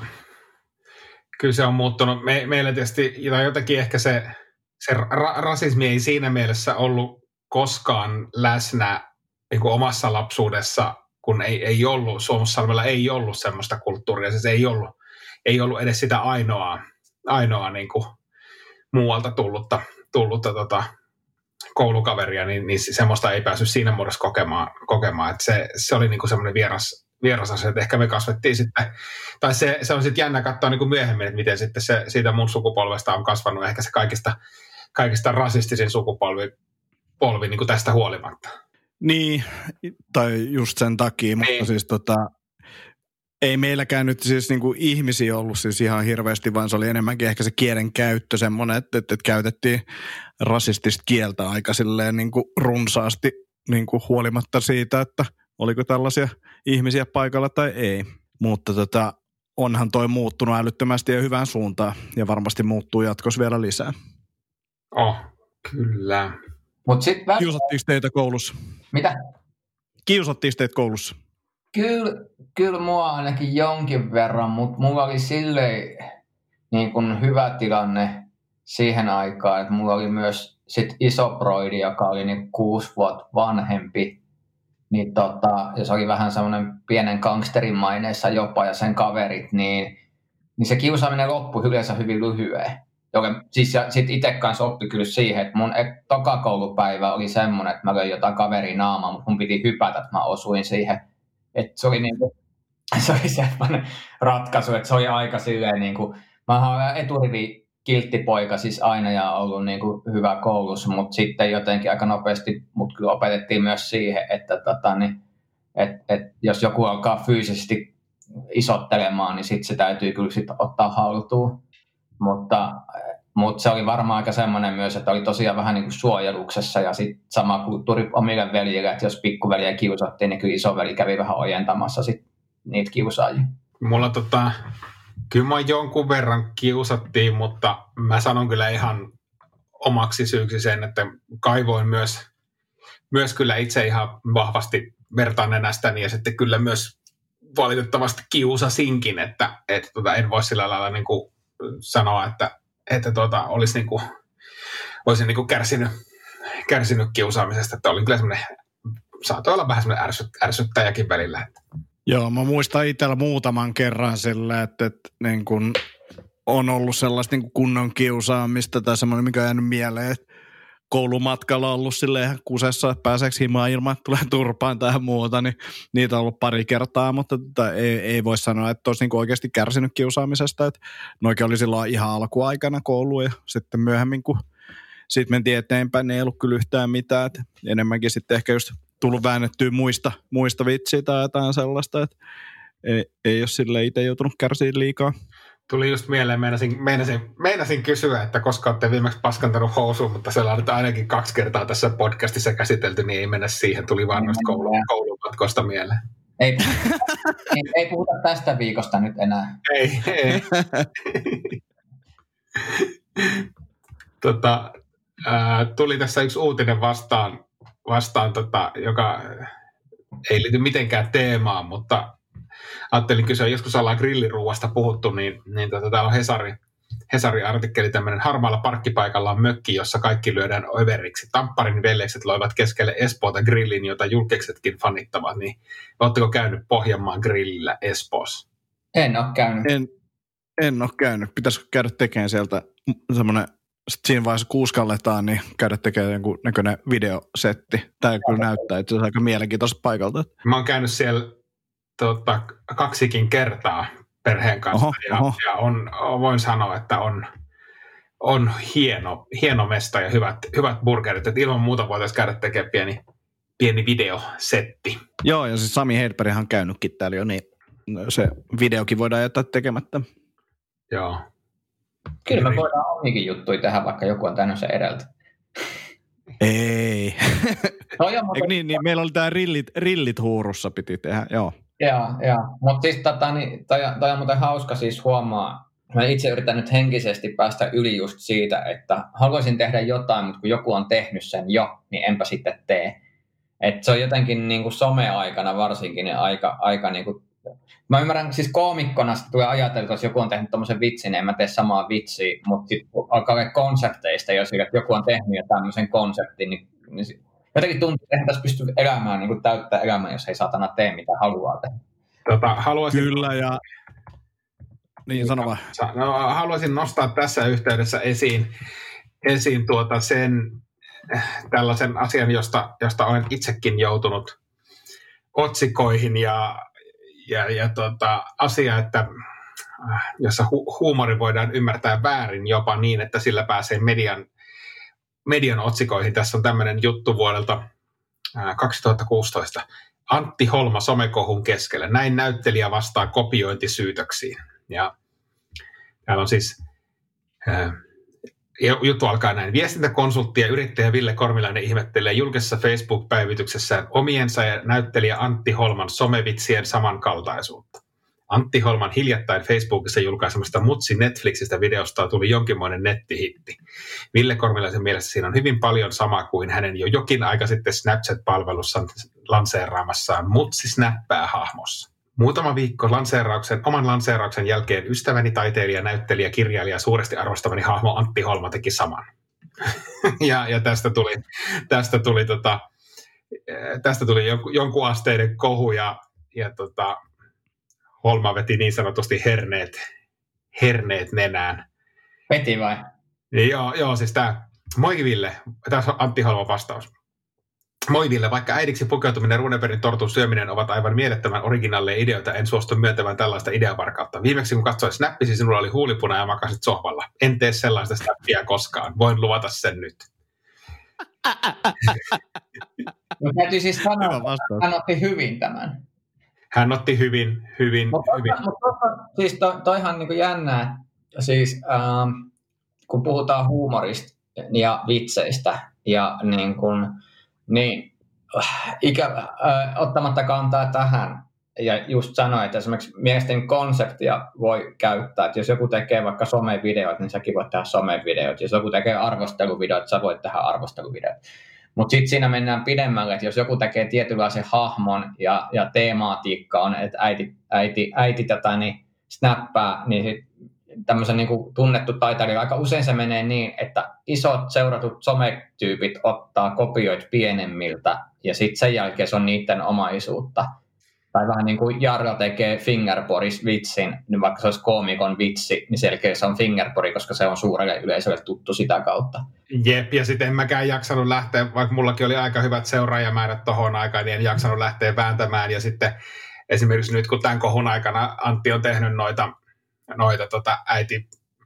Kyllä se on muuttunut. Me, meillä tietysti jotenkin ehkä se, se ra- rasismi ei siinä mielessä ollut koskaan läsnä niin kuin omassa lapsuudessa, kun ei, ei ollut, Suomussalmella ei ollut semmoista kulttuuria. Siis ei ollut, ei ollut edes sitä ainoaa, ainoa niin kuin muualta tullutta, tullutta tota, koulukaveria, niin, niin semmoista ei päässyt siinä muodossa kokemaan. kokemaan. Että se, se oli niin kuin semmoinen vieras, vieras asia, että ehkä me kasvettiin sitten, tai se, se on sitten jännä katsoa niin kuin myöhemmin, että miten sitten se siitä mun sukupolvesta on kasvanut, ehkä se kaikista, kaikista rasistisin sukupolvi polvi niin kuin tästä huolimatta. Niin, tai just sen takia, niin. Mutta siis tota, ei meilläkään nyt siis niin kuin ihmisiä ollut siis ihan hirveästi, vaan se oli enemmänkin ehkä se kielen käyttö semmoinen, että, että, että käytettiin rasistista kieltä aika silleen niin kuin runsaasti niin kuin huolimatta siitä, että oliko tällaisia ihmisiä paikalla tai ei. Mutta tota, onhan toi muuttunut älyttömästi ja hyvään suuntaan ja varmasti muuttuu jatkossa vielä lisää. Oh, kyllä. Mut sit vä- Kiusattiinko teitä koulussa? Mitä? Kiusattiinko teitä koulussa? Kyllä, kyllä mua ainakin jonkin verran, mutta mulla oli silleen niin kun hyvä tilanne siihen aikaan, että mulla oli myös sit iso broidi, joka oli niin kuusi vuotta vanhempi. Niin tota, ja se oli vähän semmoinen pienen gangsterin maineessa jopa ja sen kaverit, niin, niin se kiusaaminen loppui yleensä hyvin lyhyen. Siis sitten itse kanssa oppi kyllä siihen, että mun toka koulupäivä oli semmoinen, että mä löin jotain kaverin naamaa, mutta mun piti hypätä, että mä osuin siihen. Että se oli, niinku, se oli semmoinen ratkaisu, että se oli aika silleen, niinku, mä olen eturivi kilttipoika siis aina ja ollut niinku hyvä koulussa, mutta sitten jotenkin aika nopeasti mut kyllä opetettiin myös siihen, että tota, niin, että et jos joku alkaa fyysisesti isottelemaan, niin sitten se täytyy kyllä sit ottaa haltuun. Mutta, mutta se oli varmaan aika semmoinen myös, että oli tosiaan vähän niin kuin suojeluksessa ja sitten sama kulttuuri omille veljille, että jos pikkuveliä kiusattiin, niin kyllä isoveli kävi vähän ojentamassa sit niitä kiusaajia. Mulla tota, kyllä mä jonkun verran kiusattiin, mutta mä sanon kyllä ihan omaksi syyksi sen, että kaivoin myös, myös kyllä itse ihan vahvasti vertaan nenästäni ja sitten kyllä myös valitettavasti kiusasinkin, että, että tota, en voi sillä lailla niin kuin sanoa, että, että tuota, olisi niin kuin, olisin niin kuin kärsinyt, kärsinyt kiusaamisesta, että olin kyllä semmoinen, saatoi olla vähän semmoinen ärsyt, ärsyttäjäkin välillä. Joo, mä muistan itsellä muutaman kerran sillä, että, että niin kun on ollut sellaista niin kunnon kiusaamista tai semmoinen, mikä on jäänyt mieleen, että koulumatkalla on ollut silleen ihan kusessa, että pääseekö himaan ilman, että tulee turpaan tai muuta, niin niitä on ollut pari kertaa, mutta tota, ei, ei voi sanoa, että olisi niin oikeasti kärsinyt kiusaamisesta, että noikin oli silloin ihan alkuaikana koulu ja sitten myöhemmin, kun sitten mentiin eteenpäin, niin ei ollut kyllä yhtään mitään, että enemmänkin sitten ehkä just tullut väännettyä muista, muista vitsiä tai jotain sellaista, että ei, ei ole silleen itse joutunut kärsiin liikaa. Tuli just mieleen, meinasin, meinasin, meinasin kysyä, että koska olette viimeksi paskantanut housuun, mutta se on nyt ainakin kaksi kertaa tässä podcastissa käsitelty, niin ei mennä siihen. Tuli vaan noista koulu, koulumatkoista mieleen. Ei, ei, ei puhuta tästä viikosta nyt enää. Ei, ei. tota, ää, tuli tässä yksi uutinen vastaan, vastaan tota, joka ei liity mitenkään teemaan, mutta ajattelin kysyä, joskus ollaan grilliruuasta puhuttu, niin, niin tota, täällä on Hesari, Hesari-artikkeli, tämmöinen harmaalla parkkipaikalla on mökki, jossa kaikki lyödään överiksi. Tampparin veljekset loivat keskelle Espoota grillin, jota julkisetkin fanittavat. Niin, oletteko käynyt Pohjanmaan grillillä Espoossa? En ole käynyt. En, en ole käynyt. Pitäisikö käydä tekemään sieltä semmoinen, siinä vaiheessa kun uskalletaan, niin käydä tekemään jonkun näköinen videosetti. Tämä kyllä näyttää, että se on aika mielenkiintoista paikalta. Mä oon käynyt siellä tota, kaksikin kertaa perheen kanssa oho, ja, oho. ja on, voin sanoa, että on, on hieno, hieno mesta ja hyvät, hyvät burgerit. Et ilman muuta voitaisiin käydä tekemään pieni, pieni videosetti. Joo, ja siis Sami Hedberghan on käynytkin täällä jo, niin se videokin voidaan jättää tekemättä. Joo. Kyllä me voidaan omikin juttuja tehdä, vaikka joku on tehnyt sen edeltä. Ei. No, joo, mutta... niin, niin, meillä oli tämä rillit, rillit huurussa piti tehdä, joo. Joo, joo. Mutta siis tota, niin, toi, toi on muuten hauska siis huomaa. Mä itse yritän nyt henkisesti päästä yli just siitä, että haluaisin tehdä jotain, mutta kun joku on tehnyt sen jo, niin enpä sitten tee. Että se on jotenkin niin kuin some-aikana varsinkin niin aika, aika niin kuin... Mä ymmärrän, siis koomikkona tulee ajatella, että jos joku on tehnyt tommosen vitsin, niin en mä tee samaa vitsiä, mutta sitten alkaa olla konsepteista, jos joku on tehnyt jo tämmöisen konseptin, niin, niin jotenkin tuntuu, että eihän tässä pysty elämään, niin kuin täyttää elämää, jos ei saatana tee mitä haluaa tehdä. Tota, haluaisin... Kyllä, ja... Niin, sano vaan. No, haluaisin nostaa tässä yhteydessä esiin, esiin tuota sen, tällaisen asian, josta, josta olen itsekin joutunut otsikoihin, ja, ja, ja tuota, asia, että jossa hu- huumori voidaan ymmärtää väärin jopa niin, että sillä pääsee median, median otsikoihin. Tässä on tämmöinen juttu vuodelta kaksituhattakuusitoista. Antti Holma somekohun keskellä. Näin näyttelijä vastaa kopiointisyytöksiin. Ja täällä on siis, ää, juttu alkaa näin. Viestintäkonsultti ja yrittäjä Ville Kormilainen ihmettelee julkisessa Facebook-päivityksessään omiensa ja näyttelijä Antti Holman somevitsien samankaltaisuutta. Antti Holman hiljattain Facebookissa julkaisemasta Mutsi Netflixistä videosta tuli jonkinmoinen nettihitti. Ville Kormilaisen mielestä siinä on hyvin paljon samaa kuin hänen jo jokin aika sitten Snapchat-palvelussa lanseeraamassaan Mutsi Snappää hahmossa. Muutama viikko lanseerauksen, oman lanseerauksen jälkeen ystäväni, taiteilija, näyttelijä, kirjailija, suuresti arvostamani hahmo Antti Holma teki saman. ja, ja tästä tuli, tästä tuli, tota, tästä tuli jonkun, jonkun asteinen kohu ja, ja tota, Holma veti niin sanotusti herneet, herneet nenään. Veti vai? Joo, joo, siis tämä, moi Ville, tässä on Antti Holman vastaus. Moi Ville, vaikka äidiksi pukeutuminen, Runebergin tortun syöminen ovat aivan mielettömän originaaleja ideoita, en suostu myöntämään tällaista ideavarkautta. Viimeksi kun katsoin snappisi, sinulla oli huulipuna ja makasit sohvalla. En tee sellaista snappia koskaan, voin luvata sen nyt. Mutta täytyy siis sanoa, että hän otti hyvin tämän. Hän otti hyvin, hyvin, mutta, hyvin. Mutta siis to, toihan niin jännää, siis ähm, kun puhutaan huumorista ja vitseistä ja niin kuin, niin ikä, äh, ottamatta kantaa tähän ja just sanoin, että esimerkiksi mielestäni konseptia voi käyttää, että jos joku tekee vaikka somevideoita, niin säkin voit tehdä somevideoita, jos joku tekee arvosteluvideoita, sä voit tehdä arvosteluvideoita. Mutta sitten siinä mennään pidemmälle, että jos joku tekee tietynlaisen hahmon ja, ja teematiikka on, että äiti, äiti, äiti tätä niin snappaa, niin sit tämmöisen niin kuin tunnettu taiteilija, aika usein se menee niin, että isot seuratut sometyypit ottaa kopioit pienemmiltä ja sitten sen jälkeen se on niiden omaisuutta. Tai vähän niin kuin Jarro tekee Fingerporis vitsin, niin vaikka se olisi koomikon vitsi, niin selkeä se on Fingerpori, koska se on suurelle yleisölle tuttu sitä kautta. Jep, ja sitten en mäkään jaksanut lähteä, vaikka mullakin oli aika hyvät seuraajamäärät tohon aikaan, niin en jaksanut lähteä vääntämään. Ja sitten esimerkiksi nyt, kun tämän kohun aikana Antti on tehnyt noita, noita tota, äiti,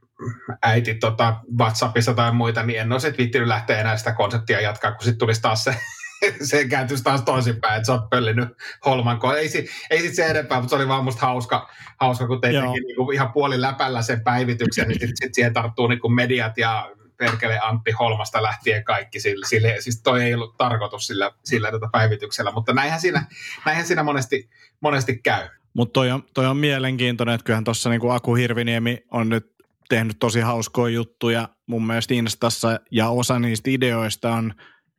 äiti tota, WhatsAppissa tai muita, niin en ole sitten viittinyt lähteä enää sitä konseptia jatkaa, kun sitten tulisi taas se... se kääntyisi taas toisinpäin, että sä oot pöllinyt holmankoon. Ei, ei sitten se enempää, mutta se oli vaan musta hauska, hauska kun teit niinku ihan puoli läpällä sen päivityksen, niin sitten sit siihen tarttuu niinku mediat ja perkele Antti Holmasta lähtien kaikki. Sille, sille, siis toi ei ollut tarkoitus sillä, sillä tätä päivityksellä, mutta näinhän siinä, näinhän siinä monesti, monesti käy. Mutta toi on, toi on mielenkiintoinen, että kyllähän tuossa niinku Aku Hirviniemi on nyt tehnyt tosi hauskoja juttuja mun mielestä Instassa, ja osa niistä ideoista on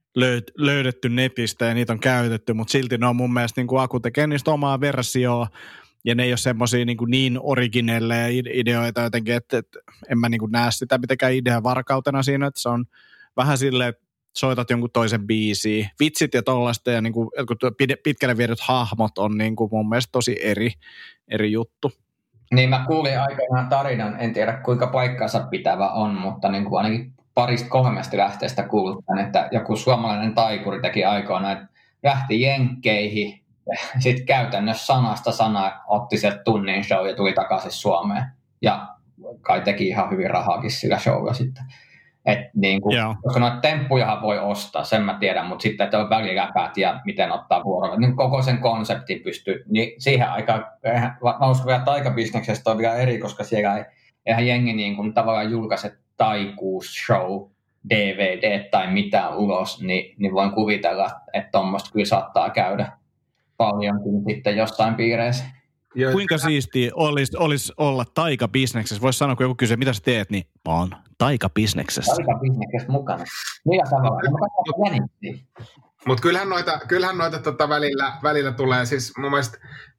löydetty netistä ja niitä on käytetty, mutta silti ne on mun mielestä niin kuin Aku tekee niistä omaa versioa ja ne ei ole semmoisia niin, niin originelleja ideoita jotenkin, että, että en mä niin kuin näe sitä mitenkään ideavarkautena siinä, että se on vähän silleen, että soitat jonkun toisen biisiin. Vitsit ja tollaista ja niin kuin, pitkälle viedyt hahmot on niin kuin mun mielestä tosi eri, eri juttu. Niin mä kuulin aikanaan tarinan, en tiedä kuinka paikkansa pitävä on, mutta niin kuin ainakin parista kolmesta lähteestä kuultaan, että joku suomalainen taikuri teki aikoina, että lähti jenkkeihin, sitten käytännössä sanasta sanaa otti sieltä tunnin show ja tuli takaisin Suomeen. Ja kai teki ihan hyvin rahaakin sillä showlla sitten. Et niin kuin, koska noita temppujahan voi ostaa, sen mä tiedän, mutta sitten, että on väliläpäät ja miten ottaa vuoroja, niin koko sen konseptin pystyy, niin siihen aikaan, mä uskon vielä taikabisneksestä on vielä eri, koska siellä ei, eihän jengi niin kuin tavallaan julkaise taikuusshow, D V D tai mitään ulos, niin, niin voin kuvitella, että tuommoista kyllä saattaa käydä paljonkin sitten jossain piireissä. Kuinka siistiä olisi, olisi olla taikabisneksessä? Voisi sanoa, kun joku kysyy, mitä sä teet, niin mä oon taikabisneksessä. Taikabisneksessä mukana. Millä tavalla? Mutta kyllähän noita, kyllähän noita tota välillä, välillä tulee, siis mun mielestä,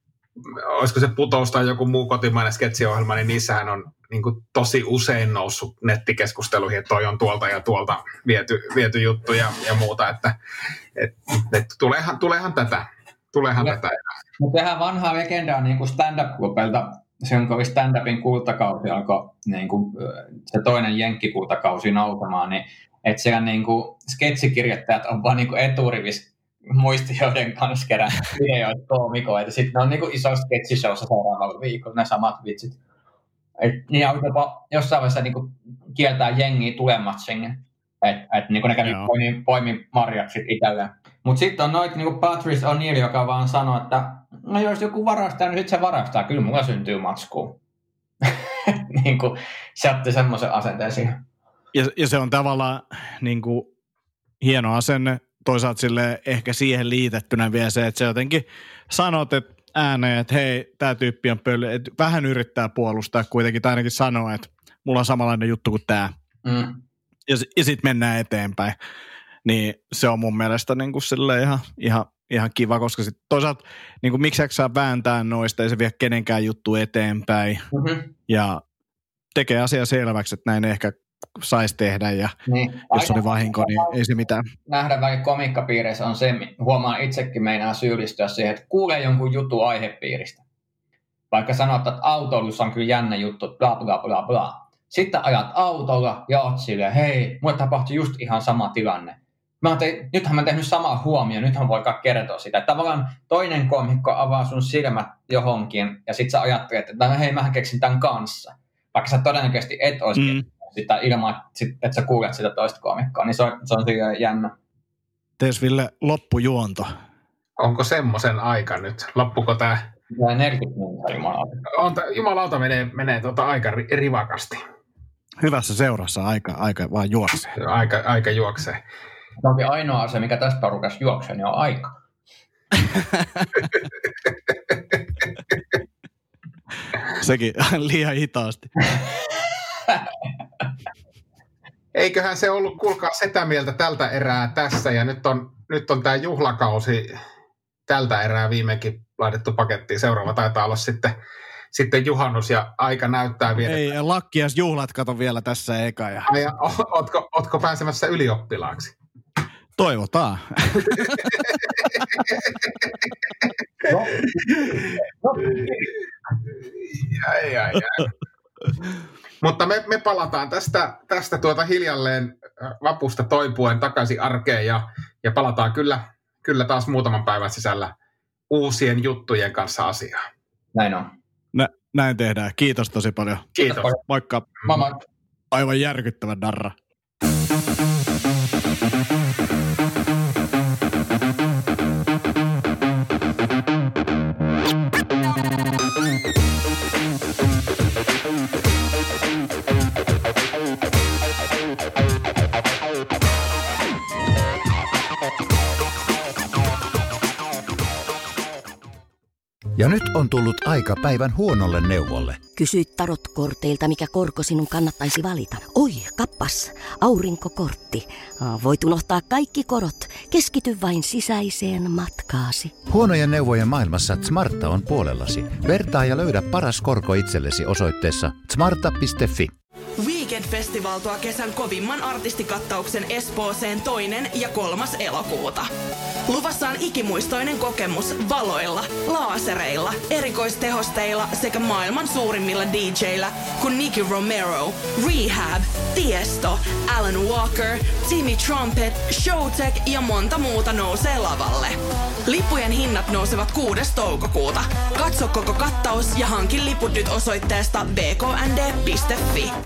olisiko se Putous tai joku muu kotimainen sketsiohjelma, niin niissähän on niin kuin tosi usein noussut nettikeskusteluihin, että toi on tuolta ja tuolta viety, viety juttu ja, ja muuta, että et, et tuleehan, tuleehan tätä. Tuleehan tätä. Mutta tehdään vanhaa legendaa niin kuin stand-up-klubelta. Se on kovin stand-upin kultakausi alkoi niin kuin se toinen jenkkikultakausi nousemaan, niin että siellä niin kuin sketsikirjoittajat on vaan niin kuin eturivis muistioiden kanssa kerran videoita koomikoita. Sitten ne on niin kuin iso sketsishowssa seuraavalla viikolla, ne samat vitsit. Et, niin alkoi jossain vaiheessa niin kuin kieltää jengiä tulemat sinne. Että et, niin kuin ne kävi poimin, poimin marjaksit itselleen. Mutta sitten on noit niin kuin Patrice O'Neill, joka vaan sanoo, että no jos joku varastaa, niin sitten se varastaa. Kyllä mulla syntyy matskuun. niin kuin se otti semmoisen asenteen siihen. Ja, ja se on tavallaan niin kuin hieno asenne. Toisaalta sille ehkä siihen liitettynä vielä se, että sä jotenkin sanot että ääneen, että hei, tämä tyyppi on pöly. Että vähän yrittää puolustaa kuitenkin, tai ainakin sanoa, että mulla on samanlainen juttu kuin tämä. Mm. Ja, ja sitten mennään eteenpäin. Niin se on mun mielestä niin kuin silleen ihan, ihan, ihan kiva, koska sit toisaalta niin kuin miksi saa vääntää noista, ei se vie kenenkään juttu eteenpäin. Mm-hmm. Ja tekee asia selväksi, että näin ehkä saisi tehdä ja niin. Jos oli vahinko, niin ei se mitään. Nähdä välillä komikkapiireissä on se, huomaan itsekin meinaa syyllistyä siihen, että kuulee jonkun jutun aihepiiristä. Vaikka sanot, että autoilussa on kyllä jännä juttu, bla bla bla bla. Sitten ajat autolla ja oot silleen, hei, mulle tapahtui just ihan sama tilanne. Mä tein, nythän mä tehnyt samaa huomioon, nythän voi kertoa sitä. Että tavallaan toinen komikko avaa sun silmät johonkin ja sit sä ajattelet, että hei, mähän keksin tämän kanssa. Vaikka sä todennäköisesti et olisi mm. sitä ilman, että sä kuulet sitä toista komikkoa, niin se on, se on silleen jännä. Tees Ville loppujuonto. Onko semmoisen aika nyt? Loppuko tää? Tää neljäkymmentä minuuttia, jumalauta. On, jumalauta menee, menee tuota aika rivakasti. Hyvässä seurassa aika, aika vaan juoksee. Aika, aika juoksee. Se onkin ainoa asia, mikä tässä porukassa juoksee, niin on aika. Sekin liian hitaasti. Eiköhän se ollut, kuulkaa, sitä mieltä tältä erää tässä, ja nyt on, nyt on tämä juhlakausi tältä erää viimeinkin laitettu pakettiin. Seuraava taitaa olla sitten, sitten juhannus, ja aika näyttää vielä. Ei, lakkias juhlat kato vielä tässä eka. Ja... Ai, ootko, ootko pääsemässä ylioppilaaksi? Toivotaan. No. No. Jäi, jäi, jäi. Mutta me, me palataan tästä, tästä tuota hiljalleen vapusta toipuen takaisin arkeen ja, ja palataan kyllä, kyllä taas muutaman päivän sisällä uusien juttujen kanssa asiaan. Näin on. Nä, näin tehdään. Kiitos tosi paljon. Kiitos. Vaikka Mama. Aivan järkyttävän darra. Ja nyt on tullut aika päivän huonolle neuvolle. Kysy tarotkorteilta, mikä korko sinun kannattaisi valita. Oi, kappas, aurinkokortti. Voit unohtaa kaikki korot. Keskity vain sisäiseen matkaasi. Huonojen neuvojen maailmassa Smarta on puolellasi. Vertaa ja löydä paras korko itsellesi osoitteessa smarta piste fi. Weekend-festival tuo kesän kovimman artistikattauksen Espooseen toinen ja kolmas elokuuta. Luvassa on ikimuistoinen kokemus valoilla, laasereilla, erikoistehosteilla sekä maailman suurimmilla D J:illä kuin Nicky Romero, Rehab, Tiesto, Alan Walker, Timmy Trumpet, Showtek ja monta muuta nousee lavalle. Lippujen hinnat nousevat kuudes toukokuuta. Katso koko kattaus ja hankin liput nyt osoitteesta b k n d piste f i.